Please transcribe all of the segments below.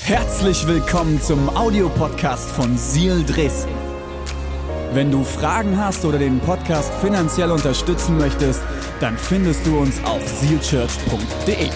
Herzlich willkommen zum Audiopodcast von SEAL Dresden. Wenn du Fragen hast oder den Podcast finanziell unterstützen möchtest, dann findest du uns auf sealchurch.de.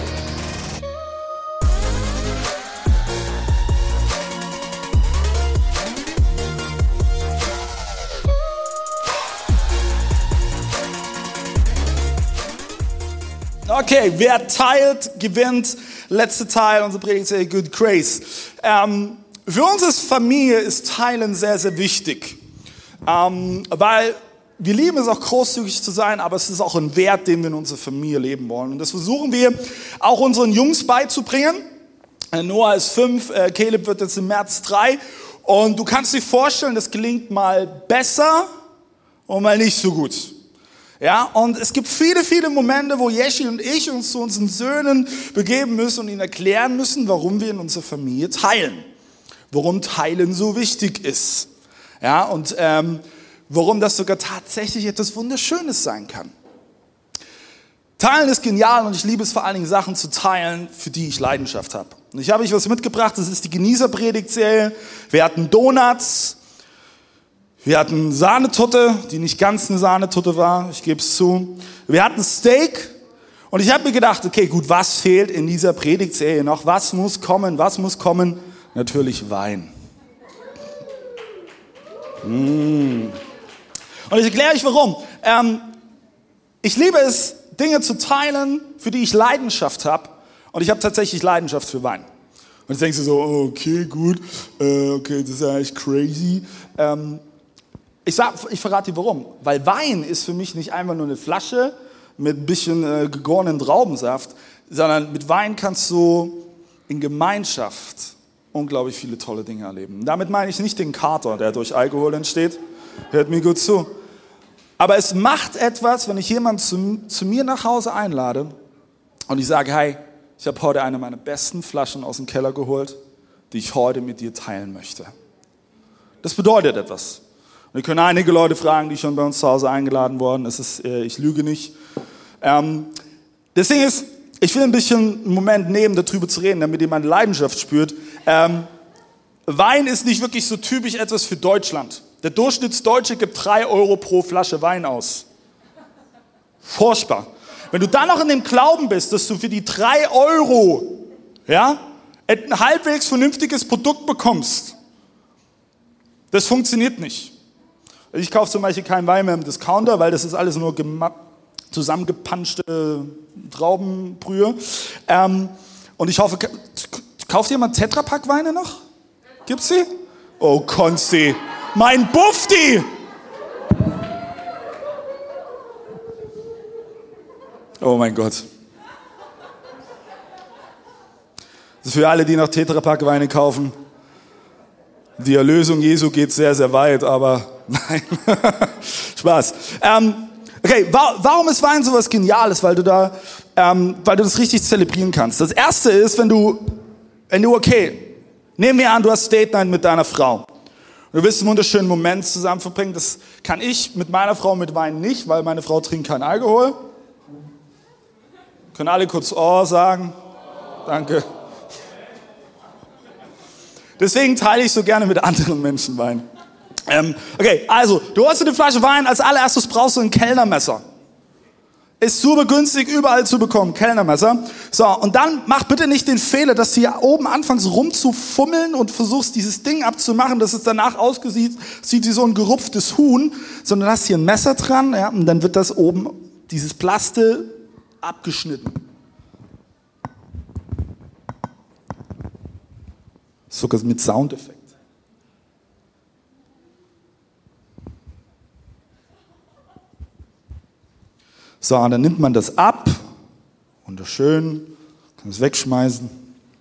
Okay, wer teilt, gewinnt. Letzter Teil unserer Predigtserie Good Grace. Für uns als Familie ist Teilen sehr, sehr wichtig. Weil wir lieben es auch großzügig zu sein, aber es ist auch ein Wert, den wir in unserer Familie leben wollen. Und das versuchen wir auch unseren Jungs beizubringen. Noah ist 5, Caleb wird jetzt im März 3. Und du kannst dir vorstellen, das gelingt mal besser und mal nicht so gut. Ja, und es gibt viele, viele Momente, wo Jeschi und ich uns zu unseren Söhnen begeben müssen und ihnen erklären müssen, warum wir in unserer Familie teilen. Warum Teilen so wichtig ist. Ja, und warum das sogar tatsächlich etwas Wunderschönes sein kann. Teilen ist genial und ich liebe es vor allen Dingen, Sachen zu teilen, für die ich Leidenschaft habe. Und ich habe euch was mitgebracht, das ist die Genießerpredigtserie. Wir hatten Donuts. Wir hatten Sahnetorte, die nicht ganz eine Sahnetorte war, ich gebe es zu. Wir hatten Steak und ich habe mir gedacht, okay, gut, was fehlt in dieser Predigtserie noch? Was muss kommen? Was muss kommen? Natürlich Wein. Und ich erkläre euch warum. Ich liebe es, Dinge zu teilen, für die ich Leidenschaft habe. Und ich habe tatsächlich Leidenschaft für Wein. Und jetzt denkst du so, okay, gut, okay, das ist ja echt crazy. Ich verrate dir warum. Weil Wein ist für mich nicht einfach nur eine Flasche mit ein bisschen gegorenen Traubensaft, sondern mit Wein kannst du in Gemeinschaft unglaublich viele tolle Dinge erleben. Damit meine ich nicht den Kater, der durch Alkohol entsteht. Hört mir gut zu. Aber es macht etwas, wenn ich jemanden zu mir nach Hause einlade und ich sage, hey, ich habe heute eine meiner besten Flaschen aus dem Keller geholt, die ich heute mit dir teilen möchte. Das bedeutet etwas. Wir können einige Leute fragen, die schon bei uns zu Hause eingeladen wurden. Ich lüge nicht. Das Ding ist, ich will ein bisschen einen Moment nehmen, darüber zu reden, damit ihr meine Leidenschaft spürt. Wein ist nicht wirklich so typisch etwas für Deutschland. Der Durchschnittsdeutsche gibt 3 Euro pro Flasche Wein aus. Furchtbar. Wenn du dann noch in dem Glauben bist, dass du für die 3 Euro ein halbwegs vernünftiges Produkt bekommst, das funktioniert nicht. Ich kaufe zum Beispiel keinen Wein mehr im Discounter, weil das ist alles nur zusammengepanschte Traubenbrühe. Und ich hoffe, kauft jemand Tetrapack-Weine noch? Gibt's sie? Oh, Konsti, mein Bufti! Oh mein Gott. Das ist für alle, die noch Tetrapack-Weine kaufen. Die Erlösung Jesu geht sehr, sehr weit, aber nein, Spaß. Okay, warum ist Wein sowas Geniales? Weil du das richtig zelebrieren kannst. Das Erste ist, wenn du, okay, nehmen wir an, du hast Date Night mit deiner Frau. Und du willst einen wunderschönen Moment zusammen verbringen. Das kann ich mit meiner Frau mit Wein nicht, weil meine Frau trinkt keinen Alkohol. Können alle kurz Oh sagen? Danke. Deswegen teile ich so gerne mit anderen Menschen Wein. Okay, also, du hast eine Flasche Wein, als allererstes brauchst du ein Kellnermesser. Ist super günstig, überall zu bekommen, Kellnermesser. So, und dann mach bitte nicht den Fehler, dass du hier oben anfängst rumzufummeln und versuchst, dieses Ding abzumachen, dass es danach sieht wie so ein gerupftes Huhn, sondern hast hier ein Messer dran, und dann wird das oben, dieses Plaste, abgeschnitten. Sogar mit Soundeffekt. So, und dann nimmt man das ab, wunderschön, kann es wegschmeißen.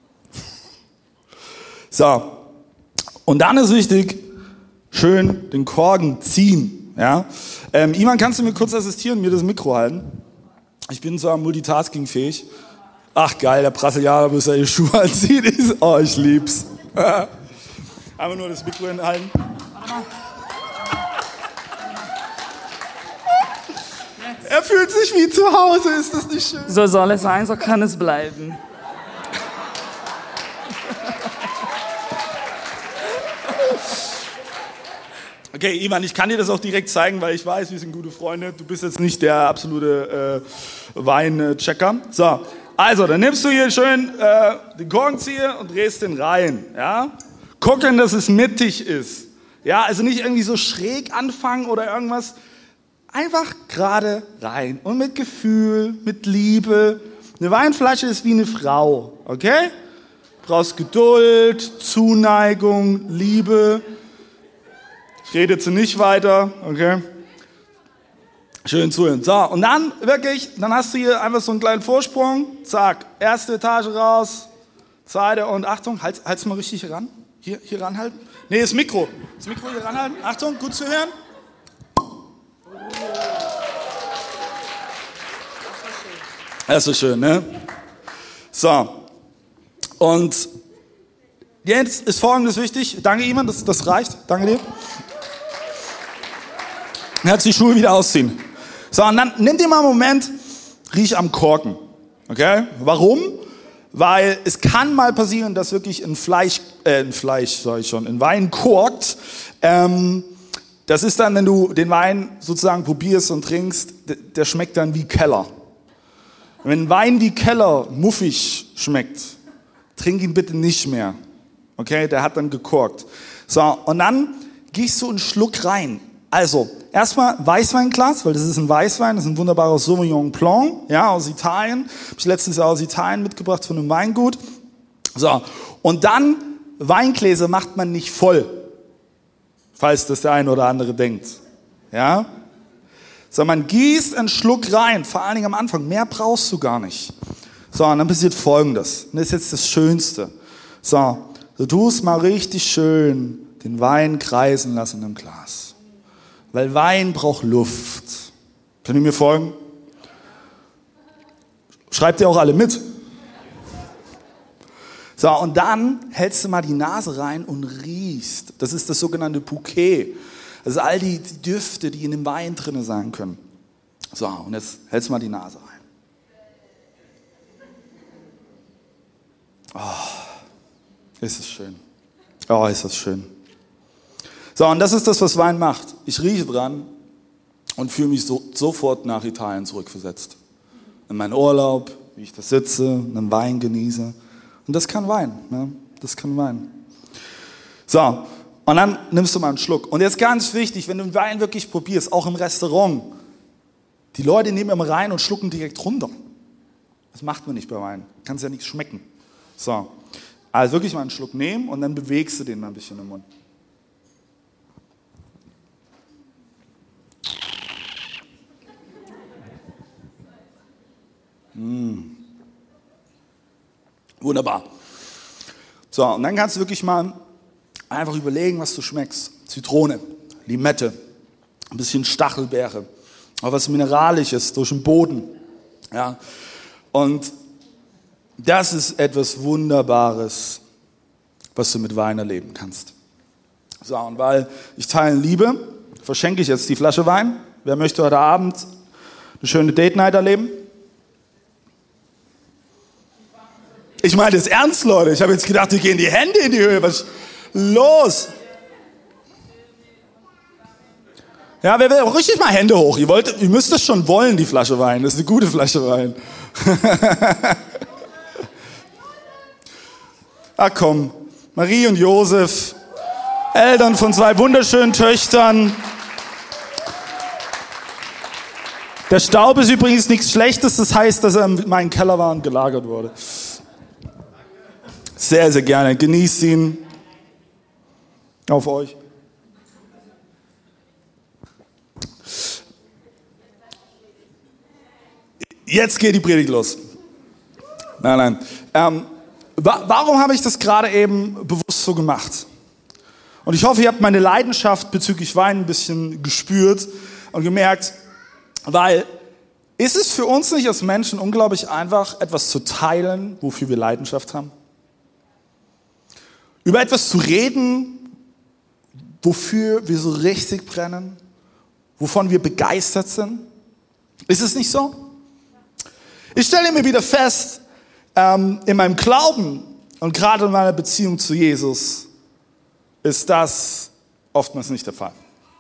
So, und dann ist wichtig, schön den Korken ziehen. Ja? Ivan, kannst du mir kurz assistieren und mir das Mikro halten? Ich bin zwar multitaskingfähig. Ach geil, der Brasilianer, bis er die Schuhe anzieht. Oh, ich lieb's. Einfach nur das Mikro hinhalten. Er fühlt sich wie zu Hause, ist das nicht schön? So soll es sein, so kann es bleiben. Okay, Ivan, ich kann dir das auch direkt zeigen, weil ich weiß, wir sind gute Freunde. Du bist jetzt nicht der absolute Weinchecker. So, also, dann nimmst du hier schön den Korkenzieher und drehst den rein. Ja? Gucken, dass es mittig ist. Ja, also nicht irgendwie so schräg anfangen oder irgendwas. Einfach gerade rein und mit Gefühl, mit Liebe. Eine Weinflasche ist wie eine Frau, okay? Du brauchst Geduld, Zuneigung, Liebe. Ich rede jetzt nicht weiter, okay? Schön zuhören. So, und dann wirklich, dann hast du hier einfach so einen kleinen Vorsprung. Zack, erste Etage raus, zweite und Achtung, halt's mal richtig hier ran. Hier ranhalten. Nee, das Mikro hier ranhalten. Achtung, gut zu hören. Das ist so schön, ne? So, und jetzt ist Folgendes wichtig. Danke, Iman, das reicht. Danke dir. Jetzt die Schuhe wieder ausziehen. So, und dann nimm dir mal einen Moment, riech am Korken. Okay? Warum? Weil es kann mal passieren, dass wirklich in Wein korkt. Das ist dann, wenn du den Wein sozusagen probierst und trinkst, der schmeckt dann wie Keller. Wenn Wein wie Keller muffig schmeckt, trink ihn bitte nicht mehr. Okay, der hat dann gekorkt. So, und dann gehst du einen Schluck rein. Also, erstmal Weißweinglas, weil das ist ein Weißwein, das ist ein wunderbarer Sauvignon Blanc, ja, aus Italien. Habe ich letztes Jahr aus Italien mitgebracht von einem Weingut. So, und dann, Weingläser macht man nicht voll, falls das der eine oder andere denkt. Ja? So, man gießt einen Schluck rein, vor allen Dingen am Anfang, mehr brauchst du gar nicht. So, und dann passiert Folgendes, und das ist jetzt das Schönste. So, du tust mal richtig schön den Wein kreisen lassen im Glas. Weil Wein braucht Luft. Könnt ihr mir folgen? Schreibt ihr auch alle mit? So, und dann hältst du mal die Nase rein und riechst. Das ist das sogenannte Bouquet. Das sind all die Düfte, die in dem Wein drin sein können. So, und jetzt hältst du mal die Nase rein. Oh, ist das schön. Oh, ist das schön. So, und das ist das, was Wein macht. Ich rieche dran und fühle mich sofort nach Italien zurückversetzt. In meinen Urlaub, wie ich da sitze, einen Wein genieße. Und das kann Wein. Ne? Das kann Wein. So, und dann nimmst du mal einen Schluck. Und jetzt ganz wichtig, wenn du den Wein wirklich probierst, auch im Restaurant, die Leute nehmen immer rein und schlucken direkt runter. Das macht man nicht bei Wein. Kann ja nichts schmecken. So, also wirklich mal einen Schluck nehmen und dann bewegst du den mal ein bisschen im Mund. Wunderbar. So, und dann kannst du wirklich mal einfach überlegen, was du schmeckst. Zitrone, Limette, ein bisschen Stachelbeere, auch was Mineralisches durch den Boden. Ja. Und das ist etwas Wunderbares, was du mit Wein erleben kannst. So, und weil ich teilen liebe, verschenke ich jetzt die Flasche Wein. Wer möchte heute Abend eine schöne Date-Night erleben? Ich meine das ernst, Leute. Ich habe jetzt gedacht, die gehen die Hände in die Höhe. Was ist los? Ja, wer will auch richtig mal Hände hoch? Ihr müsst es schon wollen, die Flasche Wein. Das ist eine gute Flasche Wein. Ach komm, Marie und Josef, Eltern von 2 wunderschönen Töchtern. Der Staub ist übrigens nichts Schlechtes, das heißt, dass er in meinem Keller war und gelagert wurde. Sehr, sehr gerne. Genießt ihn. Auf euch. Jetzt geht die Predigt los. Nein. Warum habe ich das gerade eben bewusst so gemacht? Und ich hoffe, ihr habt meine Leidenschaft bezüglich Wein ein bisschen gespürt und gemerkt, weil ist es für uns nicht als Menschen unglaublich einfach, etwas zu teilen, wofür wir Leidenschaft haben? Über etwas zu reden, wofür wir so richtig brennen, wovon wir begeistert sind. Ist es nicht so? Ich stelle mir wieder fest, in meinem Glauben und gerade in meiner Beziehung zu Jesus ist das oftmals nicht der Fall.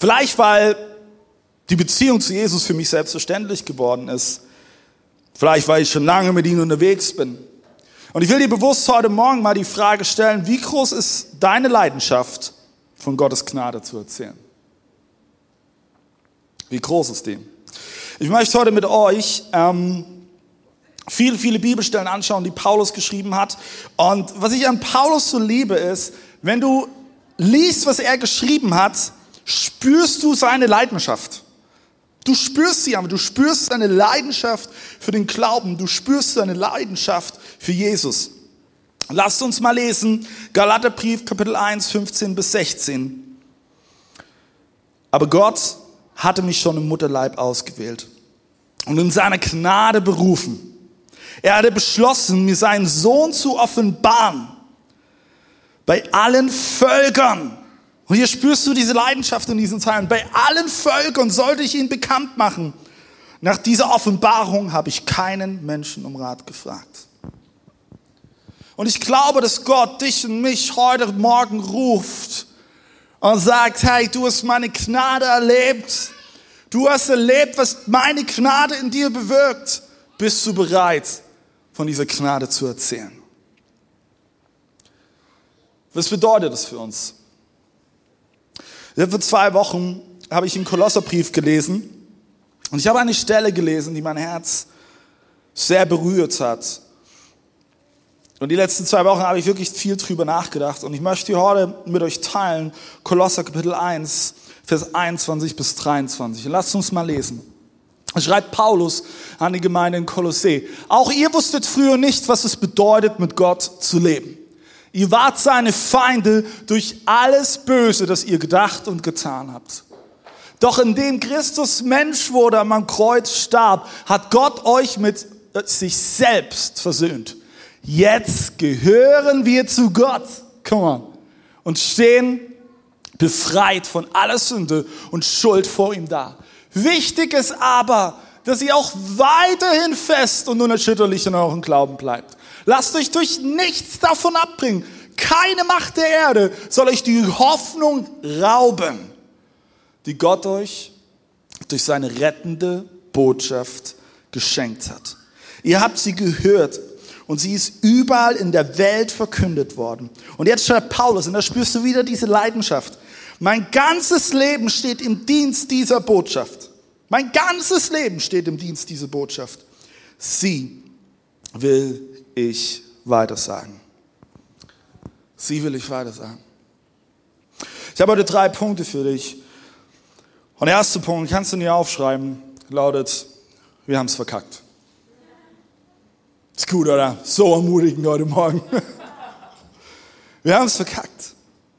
Vielleicht, weil die Beziehung zu Jesus für mich selbstverständlich geworden ist. Vielleicht, weil ich schon lange mit ihm unterwegs bin. Und ich will dir bewusst heute Morgen mal die Frage stellen, wie groß ist deine Leidenschaft, von Gottes Gnade zu erzählen? Wie groß ist die? Ich möchte heute mit euch viele Bibelstellen anschauen, die Paulus geschrieben hat. Und was ich an Paulus so liebe ist, wenn du liest, was er geschrieben hat, spürst du seine Leidenschaft. Du spürst sie, aber du spürst seine Leidenschaft für den Glauben. Du spürst seine Leidenschaft für Jesus. Lasst uns mal lesen, Galaterbrief, Kapitel 1, 15 bis 16. Aber Gott hatte mich schon im Mutterleib ausgewählt und in seiner Gnade berufen. Er hatte beschlossen, mir seinen Sohn zu offenbaren bei allen Völkern. Und hier spürst du diese Leidenschaft in diesen Zeilen. Bei allen Völkern sollte ich ihn bekannt machen. Nach dieser Offenbarung habe ich keinen Menschen um Rat gefragt. Und ich glaube, dass Gott dich und mich heute Morgen ruft und sagt, hey, du hast meine Gnade erlebt. Du hast erlebt, was meine Gnade in dir bewirkt. Bist du bereit, von dieser Gnade zu erzählen? Was bedeutet das für uns? Vor 2 Wochen habe ich den Kolosserbrief gelesen und ich habe eine Stelle gelesen, die mein Herz sehr berührt hat. Und die letzten 2 Wochen habe ich wirklich viel drüber nachgedacht und ich möchte heute mit euch teilen, Kolosser Kapitel 1, Vers 21 bis 23. Lasst uns mal lesen. Schreibt Paulus an die Gemeinde in Kolossee. Auch ihr wusstet früher nicht, was es bedeutet, mit Gott zu leben. Ihr wart seine Feinde durch alles Böse, das ihr gedacht und getan habt. Doch indem Christus Mensch wurde und am Kreuz starb, hat Gott euch mit sich selbst versöhnt. Jetzt gehören wir zu Gott. Come on. Und stehen befreit von aller Sünde und Schuld vor ihm da. Wichtig ist aber, dass ihr auch weiterhin fest und unerschütterlich in eurem Glauben bleibt. Lasst euch durch nichts davon abbringen. Keine Macht der Erde soll euch die Hoffnung rauben, die Gott euch durch seine rettende Botschaft geschenkt hat. Ihr habt sie gehört und sie ist überall in der Welt verkündet worden. Und jetzt schreibt Paulus, und da spürst du wieder diese Leidenschaft. Mein ganzes Leben steht im Dienst dieser Botschaft. Mein ganzes Leben steht im Dienst dieser Botschaft. Sie will ich weitersagen. Sie will ich weitersagen. Ich habe heute 3 Punkte für dich. Und der erste Punkt, kannst du nicht aufschreiben, lautet, wir haben es verkackt. Ist gut, oder? So ermutigend heute Morgen. Wir haben es verkackt.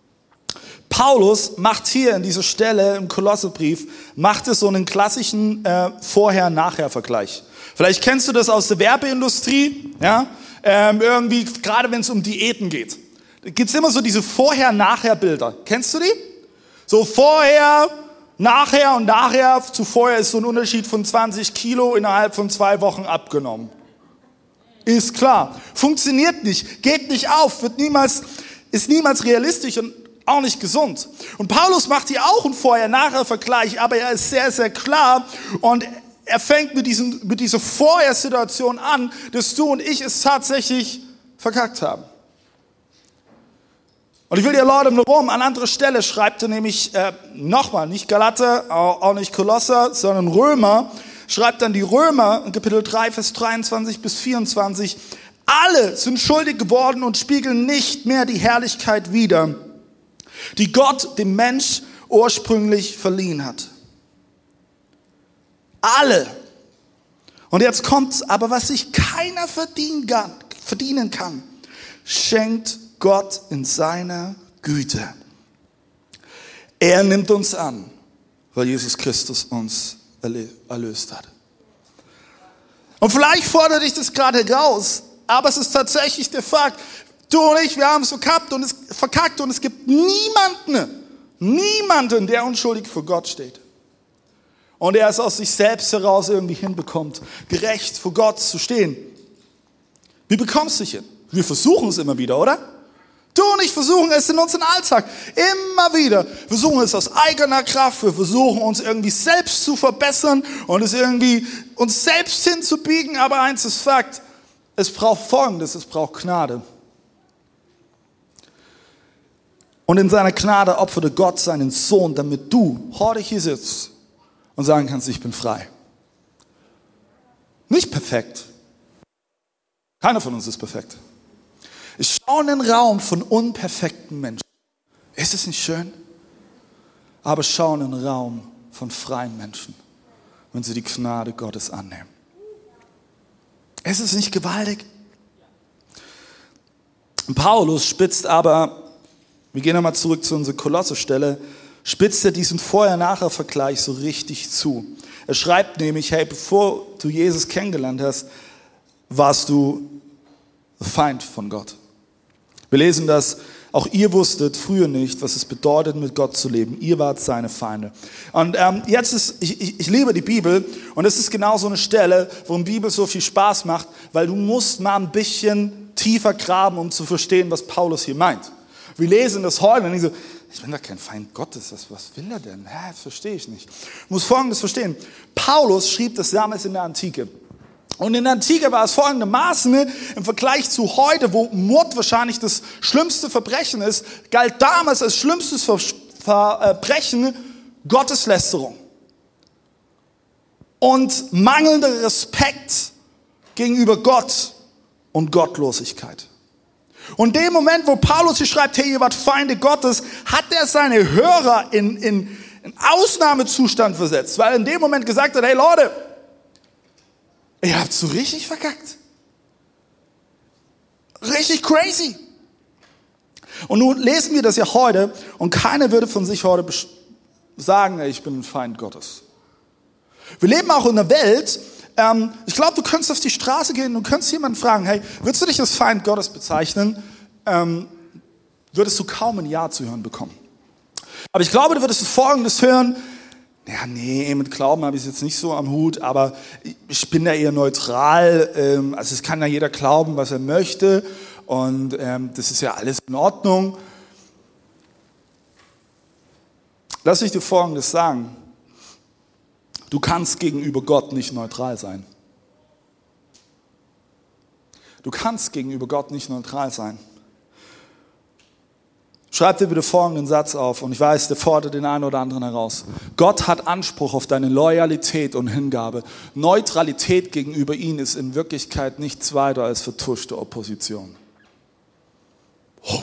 Paulus macht hier in dieser Stelle im Kolosserbrief, macht es so einen klassischen Vorher-Nachher-Vergleich. Vielleicht kennst du das aus der Werbeindustrie, ja? Irgendwie, gerade wenn es um Diäten geht. Da gibt es immer so diese Vorher-Nachher-Bilder. Kennst du die? So vorher, nachher und nachher. Zu vorher ist so ein Unterschied von 20 Kilo innerhalb von 2 Wochen abgenommen. Ist klar. Funktioniert nicht, geht nicht auf, ist niemals realistisch und auch nicht gesund. Und Paulus macht hier auch einen Vorher-Nachher-Vergleich, aber er ist sehr, sehr klar und er fängt mit dieser Vorher-Situation an, dass du und ich es tatsächlich verkackt haben. Und ich will dir erläutern, warum. An anderer Stelle schreibt er nämlich nochmal, nicht Galater, auch nicht Kolosser, sondern Römer, schreibt dann die Römer in Kapitel 3, Vers 23 bis 24, alle sind schuldig geworden und spiegeln nicht mehr die Herrlichkeit wider, die Gott dem Mensch ursprünglich verliehen hat. Alle. Und jetzt kommt's, aber was sich keiner verdienen kann, schenkt Gott in seiner Güte. Er nimmt uns an, weil Jesus Christus uns erlöst hat. Und vielleicht fordert dich das gerade raus, aber es ist tatsächlich der Fakt, du und ich, wir haben es verkackt und es gibt niemanden, der unschuldig vor Gott steht. Und er es aus sich selbst heraus irgendwie hinbekommt, gerecht vor Gott zu stehen. Wie bekommst du dich hin? Wir versuchen es immer wieder, oder? Du und ich versuchen es in unserem Alltag immer wieder. Wir versuchen es aus eigener Kraft. Wir versuchen uns irgendwie selbst zu verbessern und es irgendwie uns selbst hinzubiegen. Aber eins ist Fakt, es braucht Folgendes, es braucht Gnade. Und in seiner Gnade opferte Gott seinen Sohn, damit du heute hier sitzt und sagen kannst, ich bin frei. Nicht perfekt. Keiner von uns ist perfekt. Ich schaue in den Raum von unperfekten Menschen. Ist es nicht schön? Aber schau in den Raum von freien Menschen, wenn sie die Gnade Gottes annehmen. Ist es nicht gewaltig? Paulus spitzt aber, wir gehen nochmal zurück zu unserer Kolosse-Stelle, spitzt er diesen Vorher-Nachher-Vergleich so richtig zu. Er schreibt nämlich, hey, bevor du Jesus kennengelernt hast, warst du Feind von Gott. Wir lesen, dass auch ihr wusstet früher nicht, was es bedeutet, mit Gott zu leben. Ihr wart seine Feinde. Und ich liebe die Bibel und es ist genau so eine Stelle, wo die Bibel so viel Spaß macht, weil du musst mal ein bisschen tiefer graben, um zu verstehen, was Paulus hier meint. Wir lesen das heute und ich so, ich bin doch kein Feind Gottes, was will er denn? Das verstehe ich nicht. Ich muss Folgendes verstehen. Paulus schrieb das damals in der Antike. Und in der Antike war es folgendermaßen, im Vergleich zu heute, wo Mord wahrscheinlich das schlimmste Verbrechen ist, galt damals als schlimmstes Verbrechen Gotteslästerung. Und mangelnder Respekt gegenüber Gott und Gottlosigkeit. Und in dem Moment, wo Paulus hier schreibt, hey, ihr wart Feinde Gottes, hat er seine Hörer in Ausnahmezustand versetzt, weil er in dem Moment gesagt hat, hey Leute, ihr habt so richtig verkackt. Richtig crazy. Und nun lesen wir das ja heute und keiner würde von sich heute sagen, ich bin ein Feind Gottes. Wir leben auch in einer Welt, ich glaube, du könntest auf die Straße gehen und könntest jemanden fragen, hey, würdest du dich als Feind Gottes bezeichnen? Würdest du kaum ein Ja zu hören bekommen. Aber ich glaube, du würdest Folgendes hören, ja, nee, mit Glauben habe ich es jetzt nicht so am Hut, aber ich bin da eher neutral. Also es kann ja jeder glauben, was er möchte und das ist ja alles in Ordnung. Lass mich dir Folgendes sagen. Du kannst gegenüber Gott nicht neutral sein. Du kannst gegenüber Gott nicht neutral sein. Schreib dir bitte folgenden Satz auf und ich weiß, der fordert den einen oder anderen heraus. Gott hat Anspruch auf deine Loyalität und Hingabe. Neutralität gegenüber ihm ist in Wirklichkeit nichts weiter als vertuschte Opposition. Oh.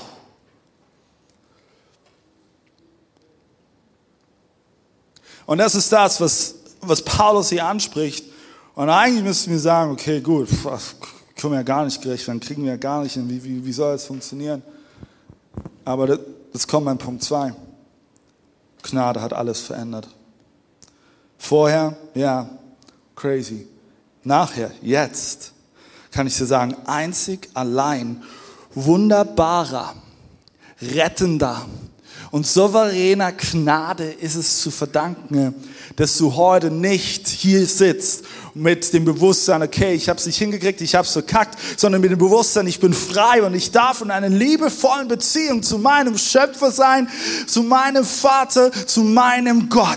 Und das ist das, was Paulus hier anspricht. Und eigentlich müssten wir sagen, okay, gut, können wir ja gar nicht gerecht werden, kriegen wir ja gar nicht hin, wie soll das funktionieren? Aber das kommt mein Punkt 2. Gnade hat alles verändert. Vorher, ja, crazy. Nachher, jetzt, kann ich dir sagen, einzig, allein, wunderbarer, rettender und souveräner Gnade ist es zu verdanken, dass du heute nicht hier sitzt mit dem Bewusstsein, okay, ich habe es nicht hingekriegt, ich habe es verkackt, sondern mit dem Bewusstsein, ich bin frei und ich darf in einer liebevollen Beziehung zu meinem Schöpfer sein, zu meinem Vater, zu meinem Gott.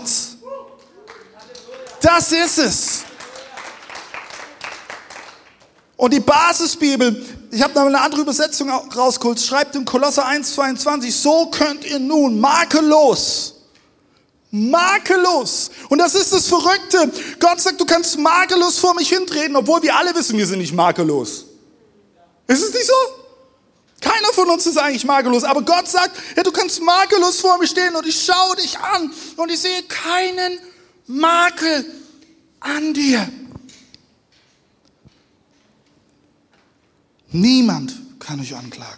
Das ist es. Und die Basisbibel, ich habe noch eine andere Übersetzung rausgeholt, schreibt in Kolosser 1,22, so könnt ihr nun makellos. Und das ist das Verrückte. Gott sagt, du kannst makellos vor mich hintreten, obwohl wir alle wissen, wir sind nicht makellos. Ist es nicht so? Keiner von uns ist eigentlich makellos. Aber Gott sagt, ja, du kannst makellos vor mir stehen und ich schaue dich an und ich sehe keinen Makel an dir. Niemand kann euch anklagen.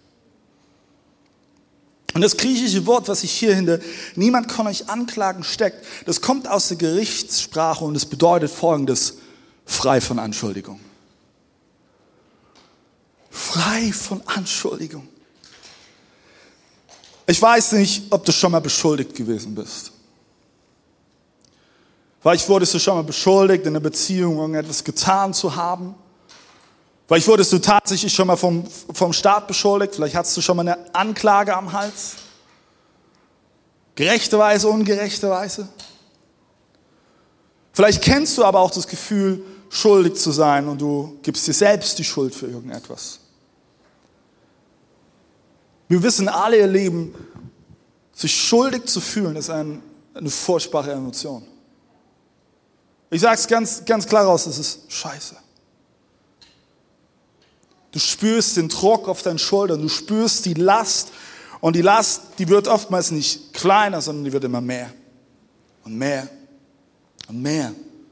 Und das griechische Wort, was sich hier hinter niemand kann euch anklagen steckt, das kommt aus der Gerichtssprache und es bedeutet Folgendes: frei von Anschuldigung. Frei von Anschuldigung. Ich weiß nicht, ob du schon mal beschuldigt gewesen bist. Vielleicht wurdest du schon mal beschuldigt, in einer Beziehung irgendetwas getan zu haben. Vielleicht wurdest du tatsächlich schon mal vom Staat beschuldigt. Vielleicht hattest du schon mal eine Anklage am Hals. Gerechterweise, ungerechterweise. Vielleicht kennst du aber auch das Gefühl, schuldig zu sein und du gibst dir selbst die Schuld für irgendetwas. Wir wissen alle, ihr Lieben, sich schuldig zu fühlen, ist eine furchtbare Emotion. Ich sage es ganz klar raus, es ist scheiße. Du spürst den Druck auf deinen Schultern, du spürst die Last und die Last, die wird oftmals nicht kleiner, sondern die wird immer mehr und mehr und mehr.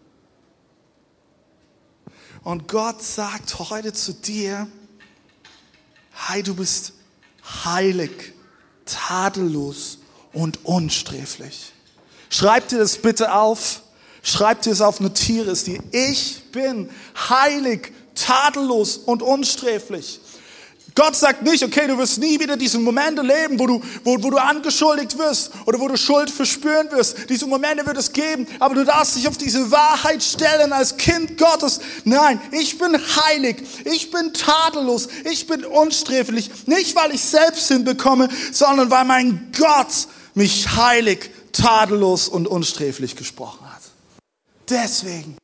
Und Gott sagt heute zu dir, hey, du bist heilig, tadellos und unsträflich. Schreib dir das bitte auf, schreib dir es auf, notiere es dir. Ich bin heilig, tadellos und unsträflich. Gott sagt nicht, okay, du wirst nie wieder diese Momente leben, wo du angeschuldigt wirst oder wo du Schuld verspüren wirst. Diese Momente wird es geben, aber du darfst dich auf diese Wahrheit stellen als Kind Gottes. Nein, ich bin heilig, ich bin tadellos, ich bin unsträflich. Nicht, weil ich selbst hinbekomme, sondern weil mein Gott mich heilig, tadellos und unsträflich gesprochen hat. Deswegen.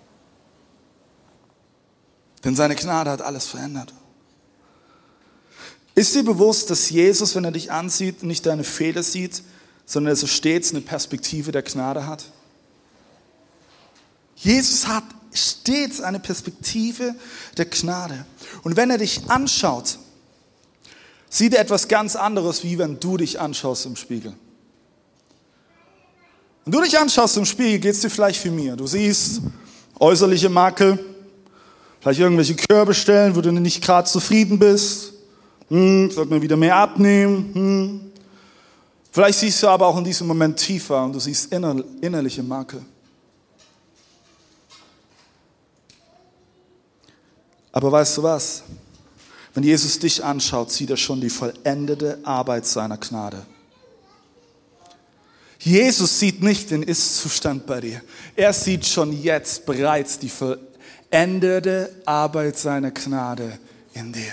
Denn seine Gnade hat alles verändert. Ist dir bewusst, dass Jesus, wenn er dich ansieht, nicht deine Fehler sieht, sondern dass er stets eine Perspektive der Gnade hat? Jesus hat stets eine Perspektive der Gnade. Und wenn er dich anschaut, sieht er etwas ganz anderes, wie wenn du dich anschaust im Spiegel. Wenn du dich anschaust im Spiegel, geht es dir vielleicht wie mir. Du siehst äußerliche Makel, vielleicht irgendwelche Körbestellen, wo du nicht gerade zufrieden bist. Sollte man wieder mehr abnehmen. Vielleicht siehst du aber auch in diesem Moment tiefer und du siehst innerliche Makel. Aber weißt du was? Wenn Jesus dich anschaut, sieht er schon die vollendete Arbeit seiner Gnade. Jesus sieht nicht den Ist-Zustand bei dir. Er sieht schon jetzt bereits die vollendete Arbeit seiner Gnade in dir.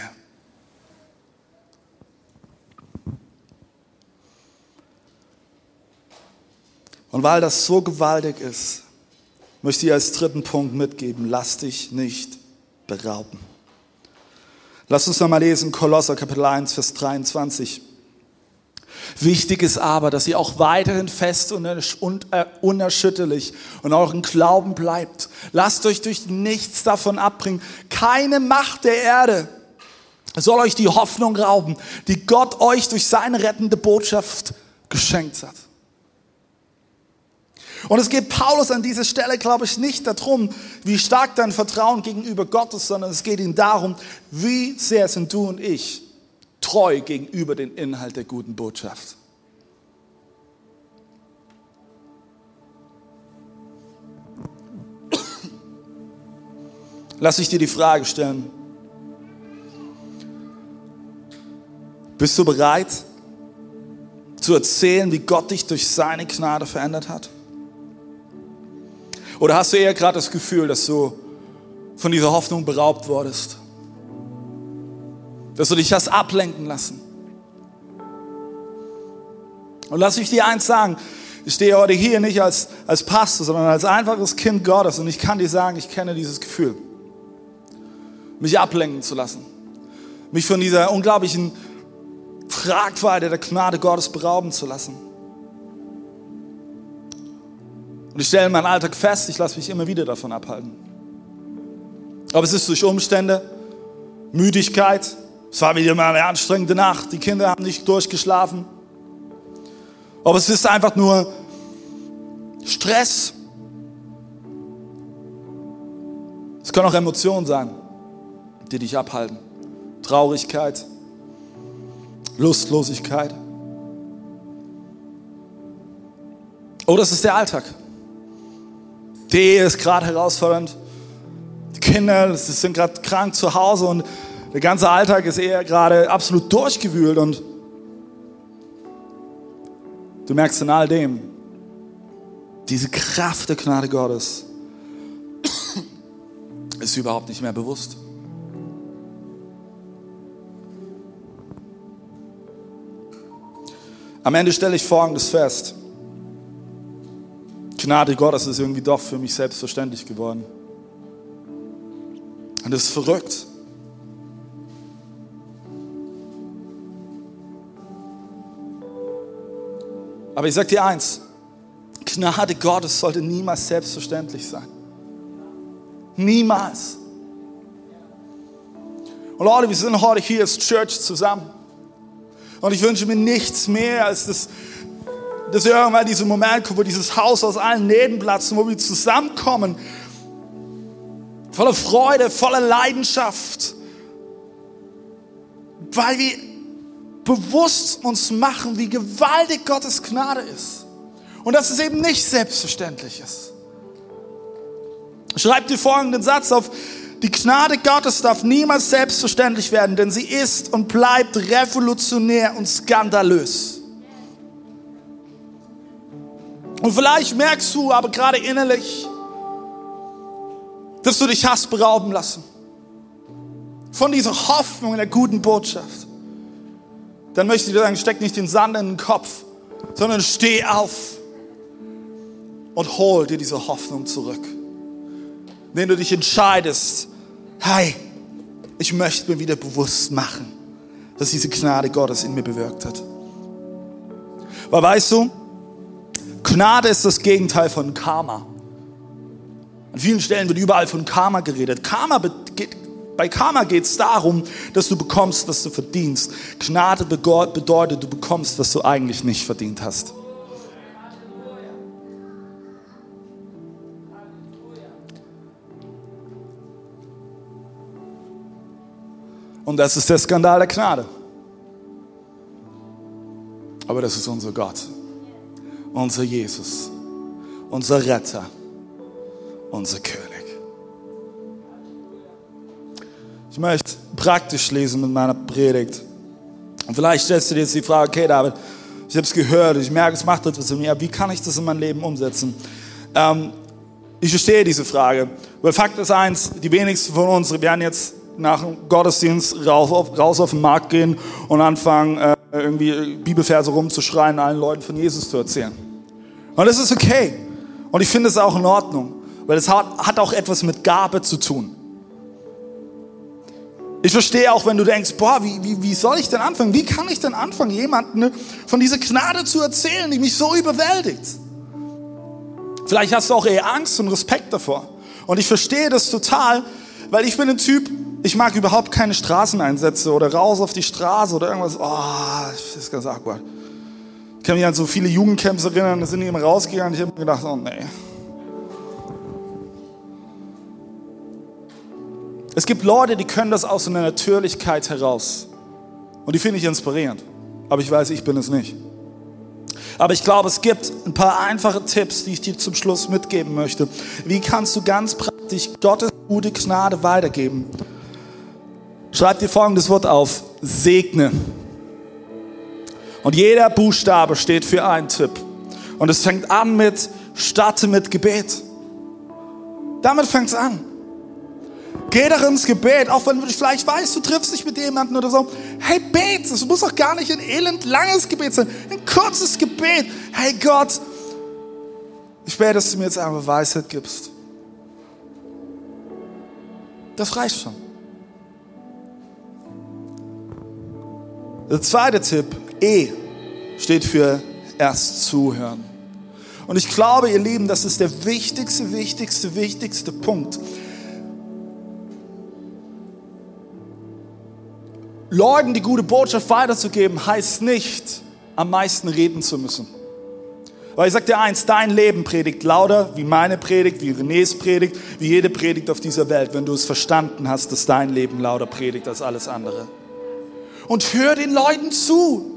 Und weil das so gewaltig ist, möchte ich als dritten Punkt mitgeben, lass dich nicht berauben. Lass uns nochmal lesen, Kolosser Kapitel 1, Vers 23. Wichtig ist aber, dass ihr auch weiterhin fest und unerschütterlich und auch im Glauben bleibt. Lasst euch durch nichts davon abbringen. Keine Macht der Erde soll euch die Hoffnung rauben, die Gott euch durch seine rettende Botschaft geschenkt hat. Und es geht Paulus an dieser Stelle, glaube ich, nicht darum, wie stark dein Vertrauen gegenüber Gott ist, sondern es geht ihm darum, wie sehr sind du und ich treu gegenüber dem Inhalt der guten Botschaft. Lass ich dir die Frage stellen. Bist du bereit zu erzählen, wie Gott dich durch seine Gnade verändert hat? Oder hast du eher gerade das Gefühl, dass du von dieser Hoffnung beraubt wurdest? Dass du dich hast ablenken lassen? Und lass mich dir eins sagen, ich stehe heute hier nicht als Pastor, sondern als einfaches Kind Gottes und ich kann dir sagen, ich kenne dieses Gefühl, mich ablenken zu lassen, mich von dieser unglaublichen Tragweite der Gnade Gottes berauben zu lassen. Und ich stelle in meinem Alltag fest, ich lasse mich immer wieder davon abhalten. Aber es ist durch Umstände, Müdigkeit, es war wieder mal eine anstrengende Nacht, die Kinder haben nicht durchgeschlafen. Aber es ist einfach nur Stress. Es können auch Emotionen sein, die dich abhalten. Traurigkeit, Lustlosigkeit. Oder es ist der Alltag. Die Ehe ist gerade herausfordernd. Die Kinder sind gerade krank zu Hause und der ganze Alltag ist eher gerade absolut durchgewühlt und du merkst in all dem, diese Kraft der Gnade Gottes ist überhaupt nicht mehr bewusst. Am Ende stelle ich Folgendes fest. Gnade Gottes ist irgendwie doch für mich selbstverständlich geworden. Und das ist verrückt. Aber ich sage dir eins, Gnade Gottes sollte niemals selbstverständlich sein. Niemals. Und Leute, wir sind heute hier als Church zusammen. Und ich wünsche mir nichts mehr, als dass irgendwann dieser Moment kommt, wo dieses Haus aus allen Nähten platzt, wo wir zusammenkommen. Voller Freude, voller Leidenschaft. Weil wir bewusst uns machen, wie gewaltig Gottes Gnade ist. Und dass es eben nicht selbstverständlich ist. Schreib dir folgenden Satz auf. Die Gnade Gottes darf niemals selbstverständlich werden, denn sie ist und bleibt revolutionär und skandalös. Und vielleicht merkst du aber gerade innerlich, dass du dich hast berauben lassen. Von dieser Hoffnung in der guten Botschaft. Dann möchte ich dir sagen, steck nicht den Sand in den Kopf, sondern steh auf und hol dir diese Hoffnung zurück. Wenn du dich entscheidest, hey, ich möchte mir wieder bewusst machen, dass diese Gnade Gottes in mir bewirkt hat. Weil weißt du, Gnade ist das Gegenteil von Karma. An vielen Stellen wird überall von Karma geredet. Bei Karma geht es darum, dass du bekommst, was du verdienst. Gnade bedeutet, du bekommst, was du eigentlich nicht verdient hast. Und das ist der Skandal der Gnade. Aber das ist unser Gott, unser Jesus, unser Retter, unser König. Ich möchte praktisch lesen mit meiner Predigt. Und vielleicht stellst du dir jetzt die Frage, okay David, ich habe es gehört, ich merke, es macht etwas in mir, wie kann ich das in mein Leben umsetzen? Ich verstehe diese Frage, weil Fakt ist eins, die wenigsten von uns werden jetzt nach dem Gottesdienst raus auf den Markt gehen und anfangen, irgendwie Bibelverse rumzuschreien, allen Leuten von Jesus zu erzählen. Und das ist okay. Und ich finde es auch in Ordnung, weil es hat auch etwas mit Gabe zu tun. Ich verstehe auch, wenn du denkst, boah, wie soll ich denn anfangen? Wie kann ich denn anfangen, jemandem von dieser Gnade zu erzählen, die mich so überwältigt? Vielleicht hast du auch eher Angst und Respekt davor. Und ich verstehe das total, weil ich bin ein Typ, ich mag überhaupt keine Straßeneinsätze oder raus auf die Straße oder irgendwas. Oh, das ist ganz awkward. Ich kann mich an so viele Jugendcamps erinnern, da sind die immer rausgegangen und ich habe mir gedacht, oh nee. Es gibt Leute, die können das aus einer Natürlichkeit heraus. Und die finde ich inspirierend. Aber ich weiß, ich bin es nicht. Aber ich glaube, es gibt ein paar einfache Tipps, die ich dir zum Schluss mitgeben möchte. Wie kannst du ganz praktisch Gottes gute Gnade weitergeben? Schreib dir folgendes Wort auf: Segne. Und jeder Buchstabe steht für einen Tipp. Und es fängt an mit, starte mit Gebet. Damit fängt es an. Geh doch ins Gebet, auch wenn du vielleicht weißt, du triffst dich mit jemandem oder so. Hey, bet, es muss auch gar nicht ein elend langes Gebet sein, ein kurzes Gebet. Hey Gott, ich bete, dass du mir jetzt einfach Weisheit gibst. Das reicht schon. Der zweite Tipp, E, steht für erst zuhören. Und ich glaube, ihr Lieben, das ist der wichtigste Punkt. Leuten die gute Botschaft weiterzugeben, heißt nicht, am meisten reden zu müssen. Weil ich sage dir eins, dein Leben predigt lauter wie meine Predigt, wie Renés Predigt, wie jede Predigt auf dieser Welt, wenn du es verstanden hast, dass dein Leben lauter predigt als alles andere. Und hör den Leuten zu.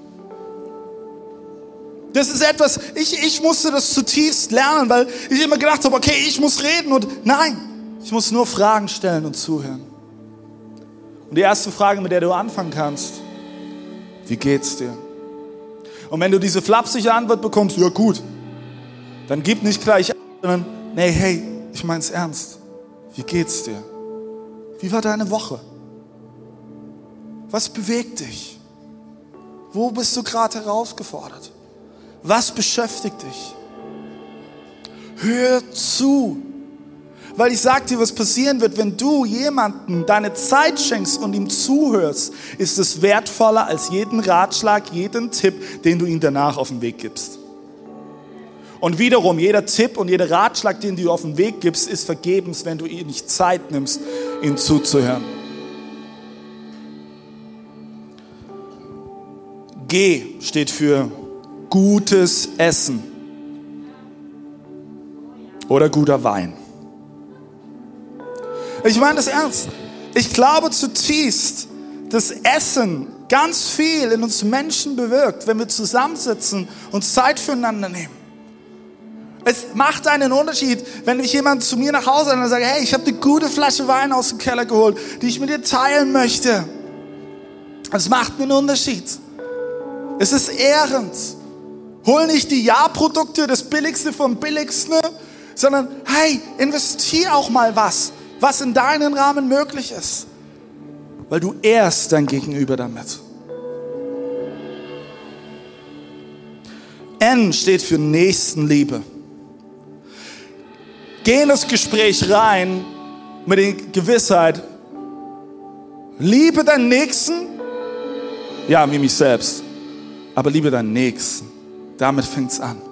Das ist etwas, ich musste das zutiefst lernen, weil ich immer gedacht habe, okay, ich muss reden und nein, ich muss nur Fragen stellen und zuhören. Und die erste Frage, mit der du anfangen kannst, wie geht's dir? Und wenn du diese flapsige Antwort bekommst, ja gut, dann gib nicht gleich ab, sondern, nee, hey, ich mein's ernst. Wie geht's dir? Wie war deine Woche? Was bewegt dich? Wo bist du gerade herausgefordert? Was beschäftigt dich? Hör zu. Weil ich sag dir, was passieren wird, wenn du jemandem deine Zeit schenkst und ihm zuhörst, ist es wertvoller als jeden Ratschlag, jeden Tipp, den du ihm danach auf den Weg gibst. Und wiederum, jeder Tipp und jeder Ratschlag, den du auf den Weg gibst, ist vergebens, wenn du ihm nicht Zeit nimmst, ihm zuzuhören. G steht für gutes Essen oder guter Wein. Ich meine das ernst. Ich glaube zutiefst, dass Essen ganz viel in uns Menschen bewirkt, wenn wir zusammensitzen und Zeit füreinander nehmen. Es macht einen Unterschied, wenn mich jemand zu mir nach Hause und sagt, hey, ich habe eine gute Flasche Wein aus dem Keller geholt, die ich mit dir teilen möchte. Es macht mir einen Unterschied. Es ist ehrend. Hol nicht die Ja-Produkte, das Billigste vom Billigsten, sondern hey, investier auch mal was in deinen Rahmen möglich ist. Weil du ehrst dein Gegenüber damit. N steht für Nächstenliebe. Geh in das Gespräch rein mit der Gewissheit, liebe deinen Nächsten, ja, wie mich selbst, aber liebe deinen Nächsten. Damit fängt es an.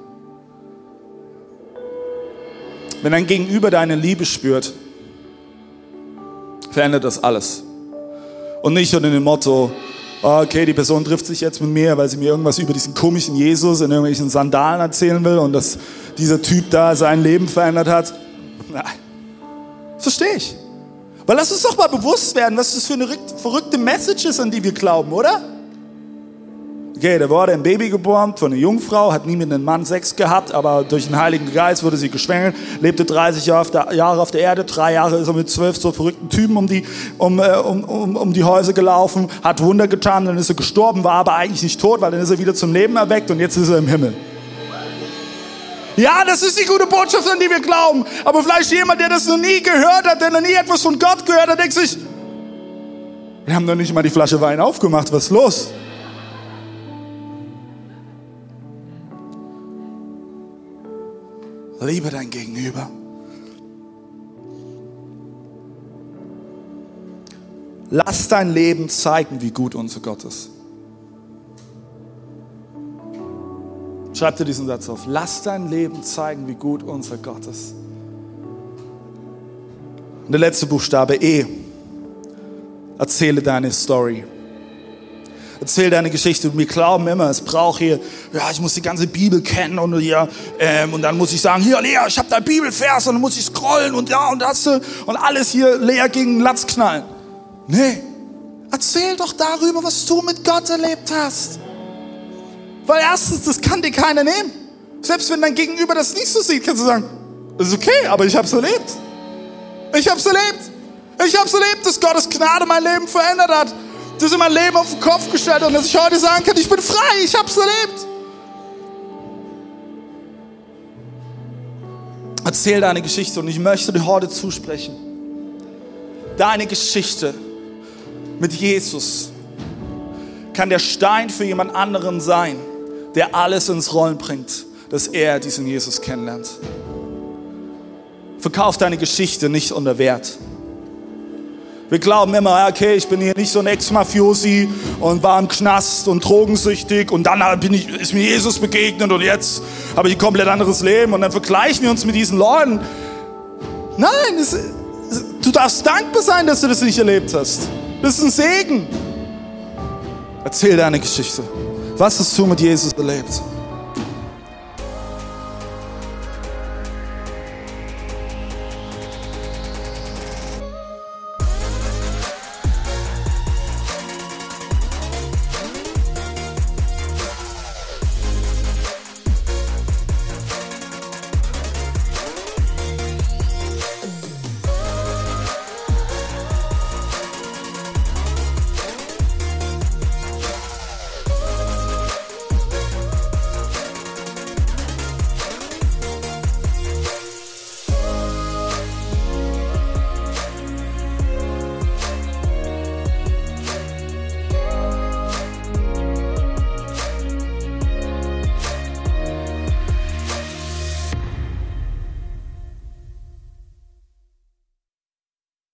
Wenn dein Gegenüber deine Liebe spürt, verändert das alles. Und nicht unter dem Motto, okay, die Person trifft sich jetzt mit mir, weil sie mir irgendwas über diesen komischen Jesus in irgendwelchen Sandalen erzählen will und dass dieser Typ da sein Leben verändert hat. Nein, das verstehe ich. Weil lass uns doch mal bewusst werden, was das für eine verrückte Message ist, an die wir glauben, oder? Okay, da wurde ein Baby geboren von einer Jungfrau, hat nie mit einem Mann Sex gehabt, aber durch den Heiligen Geist wurde sie geschwängert, lebte 30 Jahre auf der Erde, 3 Jahre ist er mit 12 so verrückten Typen um die Häuser gelaufen, hat Wunder getan, dann ist er gestorben, war aber eigentlich nicht tot, weil dann ist er wieder zum Leben erweckt und jetzt ist er im Himmel. Ja, das ist die gute Botschaft, an die wir glauben, aber vielleicht jemand, der das noch nie gehört hat, der noch nie etwas von Gott gehört hat, denkt sich, wir haben doch nicht mal die Flasche Wein aufgemacht, was ist los? Liebe dein Gegenüber. Lass dein Leben zeigen, wie gut unser Gott ist. Schreib dir diesen Satz auf. Lass dein Leben zeigen, wie gut unser Gott ist. Und der letzte Buchstabe E. Erzähle deine Story. Erzähl deine Geschichte. Und wir glauben immer, es braucht hier, ja, ich muss die ganze Bibel kennen und hier, und dann muss ich sagen, hier, Lea, ich habe deinen Bibelvers und dann muss ich scrollen und ja und das und alles hier Lea gegen den Latz knallen. Nee, erzähl doch darüber, was du mit Gott erlebt hast. Weil erstens, das kann dir keiner nehmen. Selbst wenn dein Gegenüber das nicht so sieht, kannst du sagen, das ist okay, aber ich habe es erlebt. Ich habe es erlebt. Ich habe es erlebt, dass Gottes Gnade mein Leben verändert hat. Dass er mein Leben auf den Kopf gestellt hat und dass ich heute sagen kann, ich bin frei, ich habe es erlebt. Erzähl deine Geschichte und ich möchte dir heute zusprechen. Deine Geschichte mit Jesus kann der Stein für jemand anderen sein, der alles ins Rollen bringt, dass er diesen Jesus kennenlernt. Verkauf deine Geschichte nicht unter Wert. Wir glauben immer, okay, ich bin hier nicht so ein Ex-Mafiosi und war im Knast und drogensüchtig und dann ist mir Jesus begegnet und jetzt habe ich ein komplett anderes Leben und dann vergleichen wir uns mit diesen Leuten. Nein, du darfst dankbar sein, dass du das nicht erlebt hast. Das ist ein Segen. Erzähl deine Geschichte. Was hast du mit Jesus erlebt?